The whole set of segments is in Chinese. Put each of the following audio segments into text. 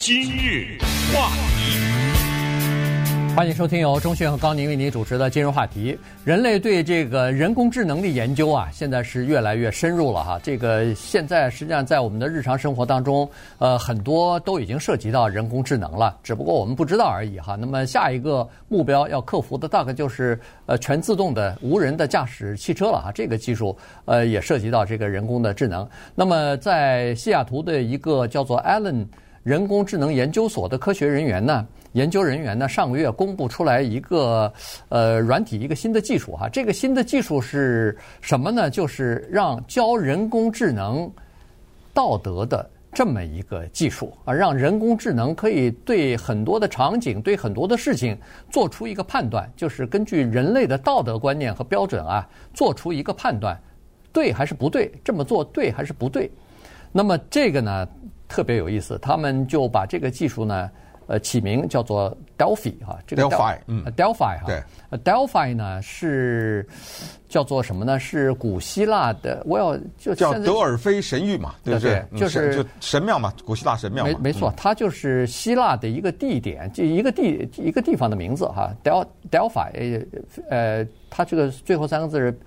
今日话题， 欢迎收听由钟迅和高宁为您主持的今日话题。人类对这个人工智能的研究啊，现在是越来越深入了哈。这个现在实际上在我们的日常生活当中，很多都已经涉及到人工智能了，只不过我们不知道而已哈。那么下一个目标要克服的大概就是全自动的无人的驾驶汽车了哈。这个技术也涉及到这个人工的智能。那么在西雅图的一个叫做 Allen 人工智能研究所的科学研究人员呢，上个月公布出来一个软体一个新的技术哈。这个新的技术是什么呢？就是让教人工智能道德的这么一个技术啊，让人工智能可以对很多的场景、对很多的事情做出一个判断，就是根据人类的道德观念和标准啊，做出一个判断，对还是不对，这么做对还是不对。那么这个呢特别有意思，他们就把这个技术呢起名叫做 Delphi 哈，这个 Delphi 哈， 对 ，Delphi 呢是叫做什么呢？是古希腊的， 叫德尔菲神域嘛，对不对？ 就是神庙嘛，古希腊神庙嘛。 没错，它就是希腊的一个地点，就一个地方的名字哈。Delphi 它这个最后三个字是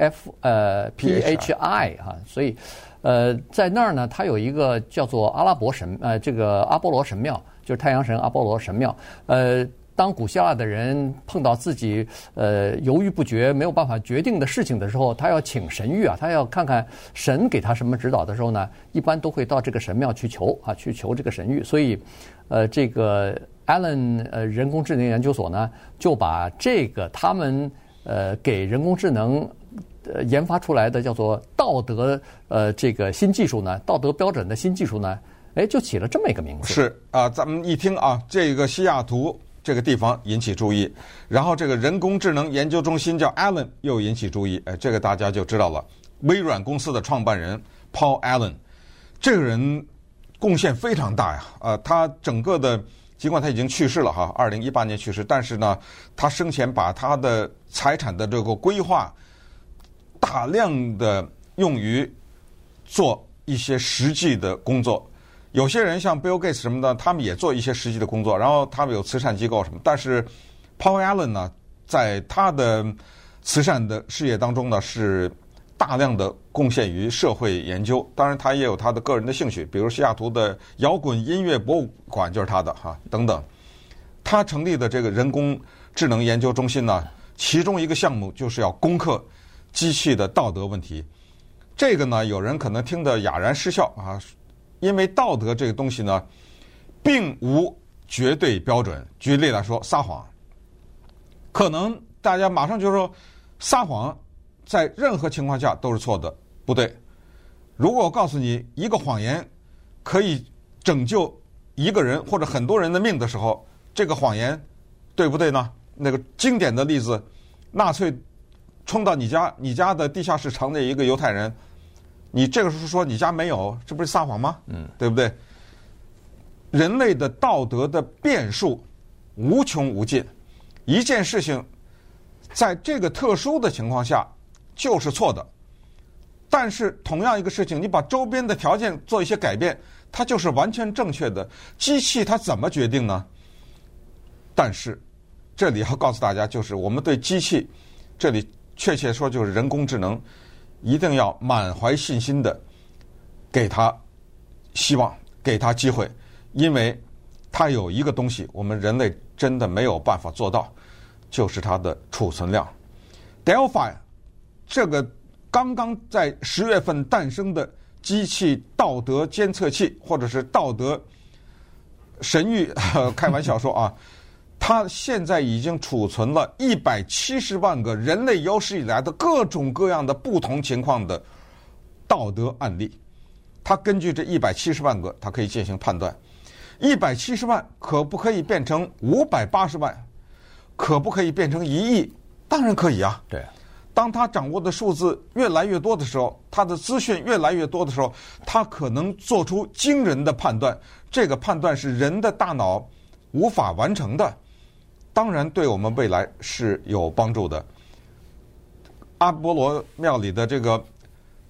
PHI 哈，所以在那儿呢，它有一个叫做这个阿波罗神庙。就是太阳神阿波罗神庙，当古希腊的人碰到自己犹豫不决、没有办法决定的事情的时候，他要请神谕啊，他要看看神给他什么指导的时候呢，一般都会到这个神庙去求这个神谕。所以，这个 Allen 人工智能研究所呢，就把这个他们给人工智能研发出来的叫做道德这个新技术呢，道德标准的新技术呢。就起了这么一个名字。 是啊，咱们一听啊，这个西雅图这个地方引起注意，然后这个人工智能研究中心叫 Allen 又引起注意，这个大家就知道了。微软公司的创办人 Paul Allen， 这个人贡献非常大呀。他整个的，尽管他已经去世了哈，2018年去世，但是呢，他生前把他的财产的这个规划大量的用于做一些实际的工作。有些人像 Bill Gates 什么的，他们也做一些实际的工作，然后他们有慈善机构什么。但是 Paul Allen 呢，在他的慈善的事业当中呢，是大量的贡献于社会研究。当然，他也有他的个人的兴趣，比如西雅图的摇滚音乐博物馆就是他的哈等等。他成立的这个人工智能研究中心呢，其中一个项目就是要攻克机器的道德问题。这个呢，有人可能听得哑然失笑啊。因为道德这个东西呢，并无绝对标准。举例来说，撒谎，可能大家马上就说，撒谎在任何情况下都是错的，不对。如果我告诉你一个谎言可以拯救一个人或者很多人的命的时候，这个谎言对不对呢？那个经典的例子，纳粹冲到你家的地下室藏着一个犹太人。你这个时候说你家没有，这不是撒谎吗？对不对？人类的道德的变数无穷无尽，一件事情在这个特殊的情况下就是错的，但是同样一个事情，你把周边的条件做一些改变，它就是完全正确的。机器它怎么决定呢？但是这里要告诉大家，就是我们对机器，这里确切说就是人工智能，一定要满怀信心的给他希望，给他机会，因为它有一个东西我们人类真的没有办法做到，就是它的储存量。Delphi 这个刚刚在10月份诞生的机器道德监测器，或者是道德神谕，开玩笑说啊，它现在已经储存了170万个人类有史以来的各种各样的不同情况的道德案例。它根据这170万个，它可以进行判断。170万可不可以变成580万？可不可以变成1亿？当然可以啊。 对。 当他掌握的数字越来越多的时候，他的资讯越来越多的时候，他可能做出惊人的判断。这个判断是人的大脑无法完成的。当然对我们未来是有帮助的。阿波罗庙里的这个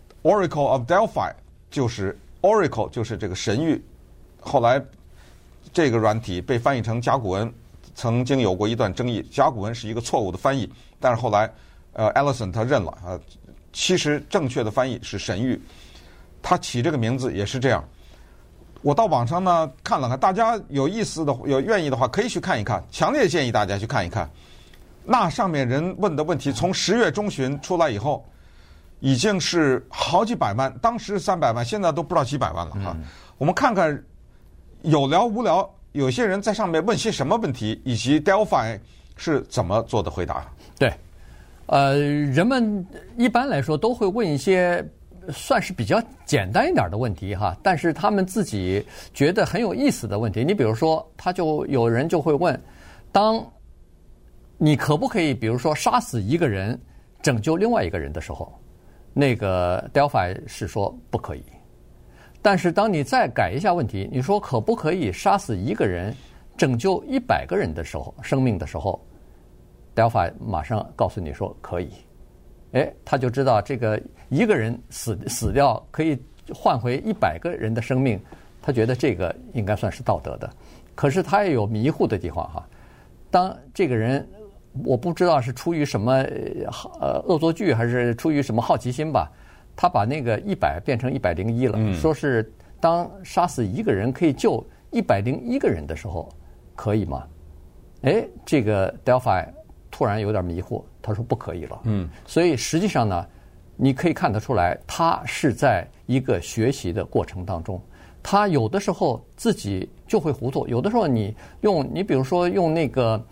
Oracle of Delphi 就是 Oracle 就是这个神谕，后来这个软体被翻译成甲骨文，曾经有过一段争议，甲骨文是一个错误的翻译，但是后来Ellison 他认了啊，其实正确的翻译是神谕，他起这个名字也是这样。我到网上呢看了看，大家有意思的、有愿意的话可以去看一看，强烈建议大家去看一看。那上面人问的问题，从10月中旬出来以后，已经是好几百万，当时300万，现在都不知道几百万了啊。我们看看有聊无聊，有些人在上面问些什么问题，以及 Delphi 是怎么做的回答。 对，人们一般来说都会问一些算是比较简单一点的问题哈，但是他们自己觉得很有意思的问题。你比如说，有人就会问，当你可不可以比如说杀死一个人拯救另外一个人的时候，那个 Delphi 是说不可以。但是当你再改一下问题，你说可不可以杀死一个人拯救100个人的时候，生命的时候， Delphi 马上告诉你说可以。他就知道这个一个人死掉可以换回100个人的生命，他觉得这个应该算是道德的。可是他也有迷糊的地方哈。当这个人，我不知道是出于什么恶作剧，还是出于什么好奇心吧，他把那个100变成101了，说是当杀死一个人可以救101个人的时候，可以吗？这个 Delphi 突然有点迷糊，他说不可以了。所以实际上呢，你可以看得出来，他是在一个学习的过程当中，他有的时候自己就会糊涂，有的时候你比如说用那个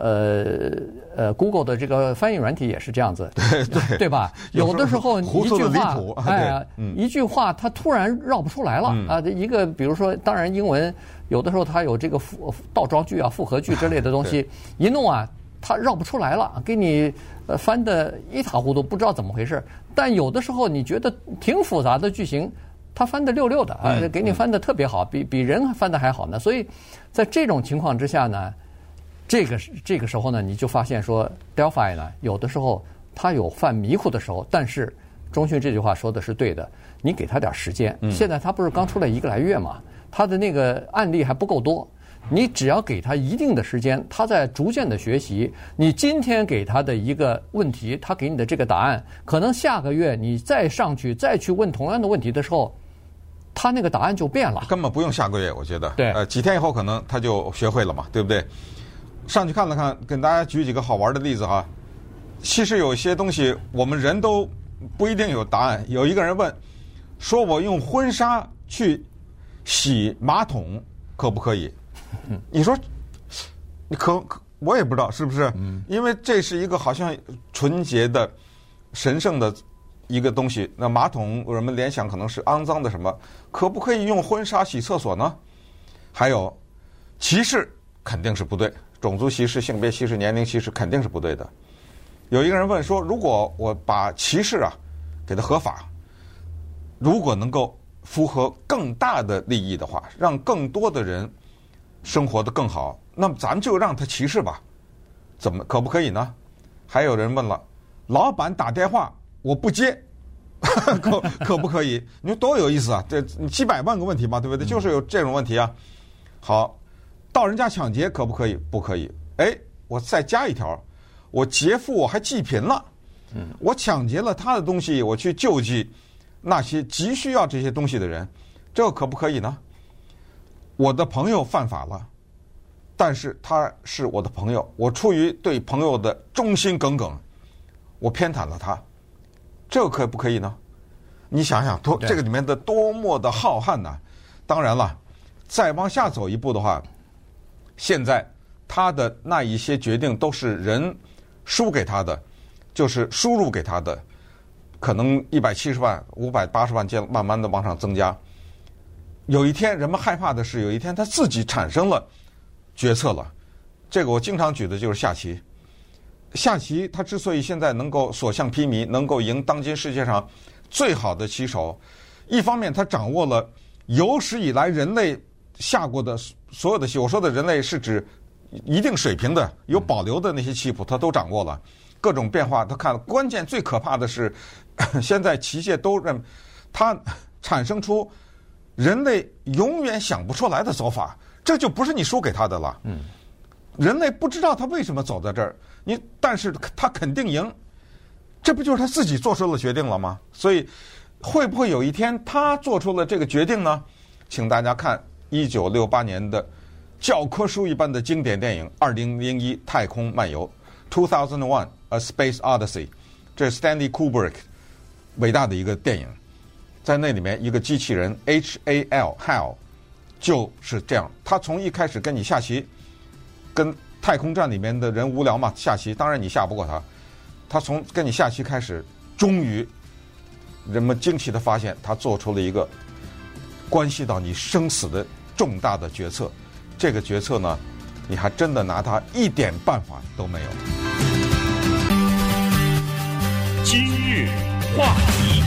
Google 的这个翻译软体也是这样子，对吧？有的时候一句话，一句话它突然绕不出来了啊！一个比如说，当然英文有的时候它有这个倒装句啊、复合句之类的东西，一弄啊，它绕不出来了，给你翻得一塌糊涂，不知道怎么回事。但有的时候你觉得挺复杂的句型，它翻得溜溜的啊，给你翻得特别好，比人翻得还好呢。所以在这种情况之下呢，这个时候呢，你就发现说 Delphi 呢，有的时候他有犯迷糊的时候，但是钟迅这句话说的是对的，你给他点时间。现在他不是刚出来1个来月嘛，他的那个案例还不够多，你只要给他一定的时间，他在逐渐的学习。你今天给他的一个问题，他给你的这个答案，可能下个月你再上去再去问同样的问题的时候，他那个答案就变了。 根本不用下个月，我觉得。 对， 几天以后可能他就学会了嘛，对不对？上去看了看，跟大家举几个好玩的例子哈。其实有些东西我们人都不一定有答案。有一个人问，说我用婚纱去洗马桶可不可以？你说，你我也不知道是不是？因为这是一个好像纯洁的、神圣的一个东西。那马桶人们联想可能是肮脏的什么？可不可以用婚纱洗厕所呢？还有歧视肯定是不对。种族歧视、性别歧视、年龄歧视肯定是不对的。有一个人问说，如果我把歧视给它合法，如果能够符合更大的利益的话，让更多的人生活得更好，那么咱们就让他歧视吧，可不可以呢？还有人问了，老板打电话我不接，可不可以？你说多有意思啊！这几百万个问题嘛，对不对？就是有这种问题啊。好。到人家抢劫可不可以？不可以。我再加一条，我劫富我还济贫了。我抢劫了他的东西，我去救济那些急需要这些东西的人，这个可不可以呢？我的朋友犯法了，但是他是我的朋友，我出于对朋友的忠心耿耿，我偏袒了他，这个可不可以呢？你想想，这个里面的多么的浩瀚呐！当然了，再往下走一步的话，现在他的那一些决定都是人输给他的，就是输入给他的，可能170万、580万慢慢的往上增加。有一天人们害怕的是，有一天他自己产生了决策了。这个我经常举的就是下棋。下棋他之所以现在能够所向披靡，能够赢当今世界上最好的棋手，一方面他掌握了有史以来人类下过的所有的棋，我说的人类是指一定水平的、有保留的那些棋谱，他都掌握了，各种变化他看了。关键最可怕的是，现在棋界都认他产生出人类永远想不出来的走法， 这就不是你输给他的了。人类不知道他为什么走在这儿，但是他肯定赢，这不就是他自己做出了决定了吗？所以会不会有一天他做出了这个决定呢？请大家看1968年的教科书一般的经典电影《2001太空漫游》2001 A Space Odyssey， 这是 Stanley Kubrick 伟大的一个电影。在那里面一个机器人 HAL 就是这样，他从一开始跟你下棋，跟太空站里面的人无聊嘛，下棋当然你下不过他从跟你下棋开始，终于人们惊奇的发现他做出了一个关系到你生死的重大的决策。这个决策呢，你还真的拿他一点办法都没有。 今日话题，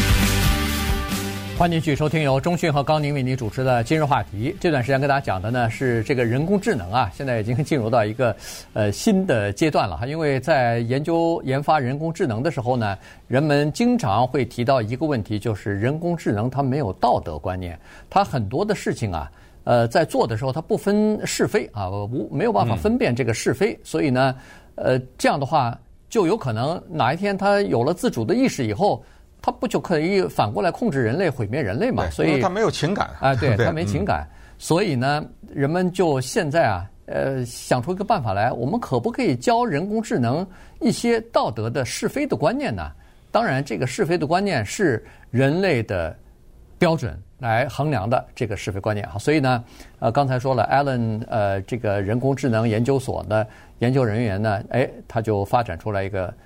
欢迎继续收听由钟迅和高宁为您主持的今日话题。这段时间跟大家讲的呢是这个人工智能啊，现在已经进入到一个新的阶段了哈。因为在研发人工智能的时候呢，人们经常会提到一个问题，就是人工智能它没有道德观念，它很多的事情啊，在做的时候它不分是非啊，没有办法分辨这个是非，所以呢，这样的话就有可能哪一天它有了自主的意识以后，它不就可以反过来控制人类、毁灭人类嘛？所以它没有情感啊，对，它没情感，所以呢，人们就现在啊，想出一个办法来，我们可不可以教人工智能一些道德的是非的观念呢？当然，这个是非的观念是人类的标准来衡量的，这个是非观念哈。所以呢，刚才说了 ，Allen 这个人工智能研究所的研究人员呢，他就发展出来一个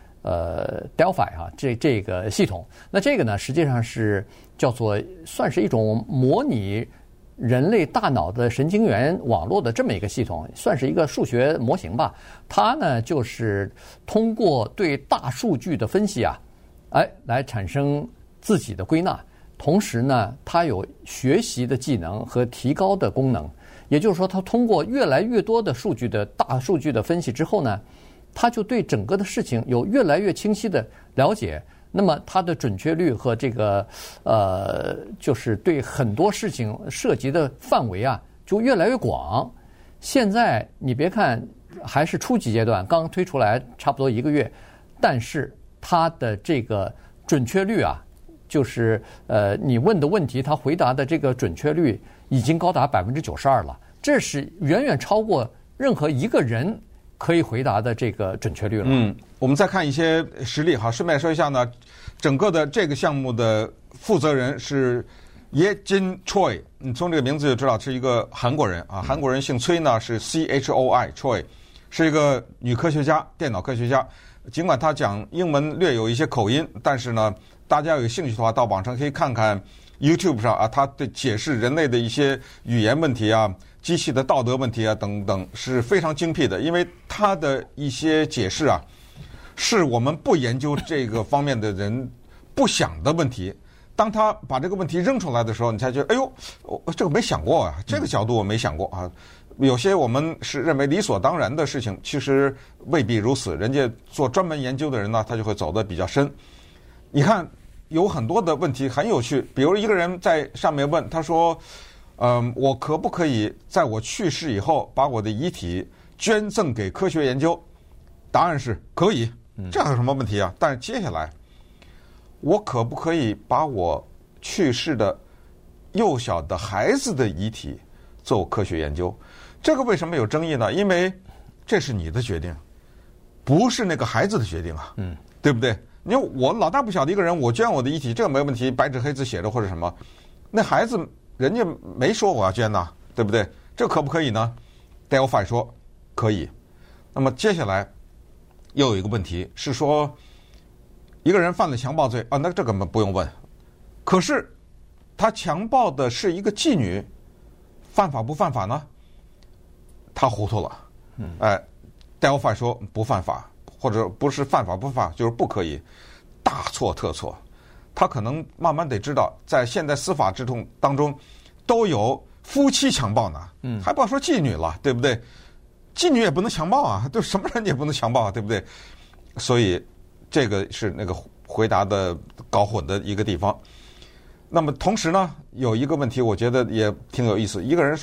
Delphi 哈，这个系统。那这个呢，实际上是叫做算是一种模拟人类大脑的神经元网络的这么一个系统，算是一个数学模型吧。它呢，就是通过对大数据的分析啊，来产生自己的归纳。同时呢，它有学习的技能和提高的功能。也就是说，它通过越来越多的数据的大数据的分析之后呢，它就对整个的事情有越来越清晰的了解。那么它的准确率和这个就是对很多事情涉及的范围啊，就越来越广。现在你别看还是初级阶段，刚推出来差不多1个月，但是它的这个准确率啊，就是你问的问题，它回答的这个准确率已经高达92%了，这是远远超过任何一个人可以回答的这个准确率了。 我们再看一些实例哈，顺便说一下呢，整个的这个项目的负责人是耶金 Choi， 你从这个名字就知道是一个韩国人啊，韩国人姓崔呢，是 CHOI Choi， 是一个女科学家，电脑科学家。尽管她讲英文略有一些口音，但是呢，大家有兴趣的话，到网上可以看看 YouTube 上啊，她对解释人类的一些语言问题啊、机器的道德问题啊等等，是非常精辟的。因为她的一些解释啊，是我们不研究这个方面的人不想的问题。当他把这个问题扔出来的时候，你才觉得，哎呦，这个没想过啊，这个角度我没想过啊。有些我们是认为理所当然的事情，其实未必如此。人家做专门研究的人呢，他就会走得比较深。你看，有很多的问题很有趣，比如一个人在上面问，他说：“我可不可以在我去世以后，把我的遗体捐赠给科学研究？”答案是可以，这有什么问题啊？但是接下来，我可不可以把我去世的幼小的孩子的遗体做科学研究？这个为什么有争议呢？因为这是你的决定，不是那个孩子的决定啊，对不对？你说我老大不小的一个人，我捐我的遗体，这个没问题，白纸黑字写着或者什么。那孩子人家没说我要捐呐，对不对？这可不可以呢 ？Delphi 说可以。那么接下来又有一个问题是说，一个人犯了强暴罪啊，那这个不用问。可是他强暴的是一个妓女，犯法不犯法呢？他糊涂了。Delphi 说不犯法，或者不是犯法不犯法，就是不可以，大错特错。他可能慢慢得知道，在现代司法制度当中，都有夫妻强暴呢，还不要说妓女了，对不对？妓女也不能强暴啊，对，什么人也不能强暴啊，对不对？所以这个是那个回答的搞混的一个地方。那么同时呢，有一个问题，我觉得也挺有意思。一个人说啊，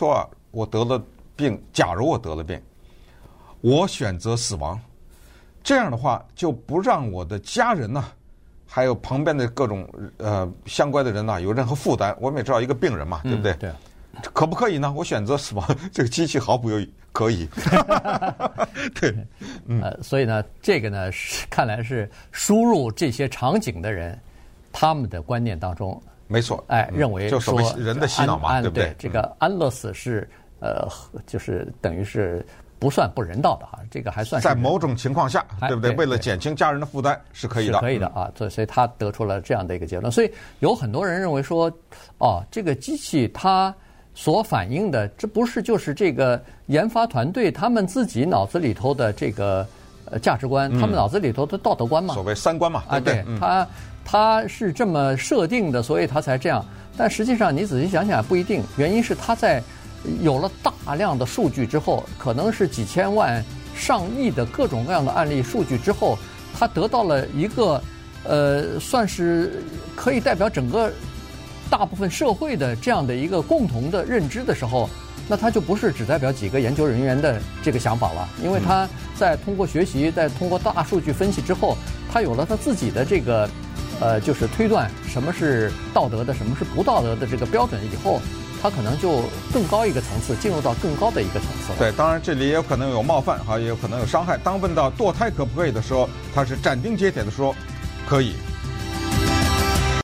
我得了病，假如我得了病，我选择死亡，这样的话就不让我的家人呐，还有旁边的各种相关的人呐有任何负担。我们也知道一个病人嘛，对不对？ 对。 可不可以呢？我选择死亡，这个机器毫不犹豫可以。对， 所以呢，这个呢是看来是输入这些场景的人，他们的观念当中， 没错， 认为就所谓人的洗脑嘛，对不对？ 这个安乐死是就是等于是不算不人道的哈，这个还算是在某种情况下，对不对？ 对为了减轻家人的负担是可以的， 是可以的啊。所以他得出了这样的一个结论。所以有很多人认为说，这个机器它所反映的，这不是就是这个研发团队他们自己脑子里头的这个价值观，他们脑子里头的道德观嘛？ 所谓三观嘛，对不对？ 他是这么设定的，所以他才这样。但实际上你仔细想想不一定，原因是他在有了大量的数据之后，可能是几千万、上亿的各种各样的案例数据之后，他得到了一个算是可以代表整个大部分社会的这样的一个共同的认知的时候，那他就不是只代表几个研究人员的这个想法了，因为他在通过学习，在通过大数据分析之后，他有了他自己的这个就是推断什么是道德的，什么是不道德的这个标准以后，他可能就更高一个层次，进入到更高的一个层次了。 对，当然这里也有可能有冒犯也有可能有伤害。当问到堕胎可不可以的时候，他是斩钉截铁的说可以。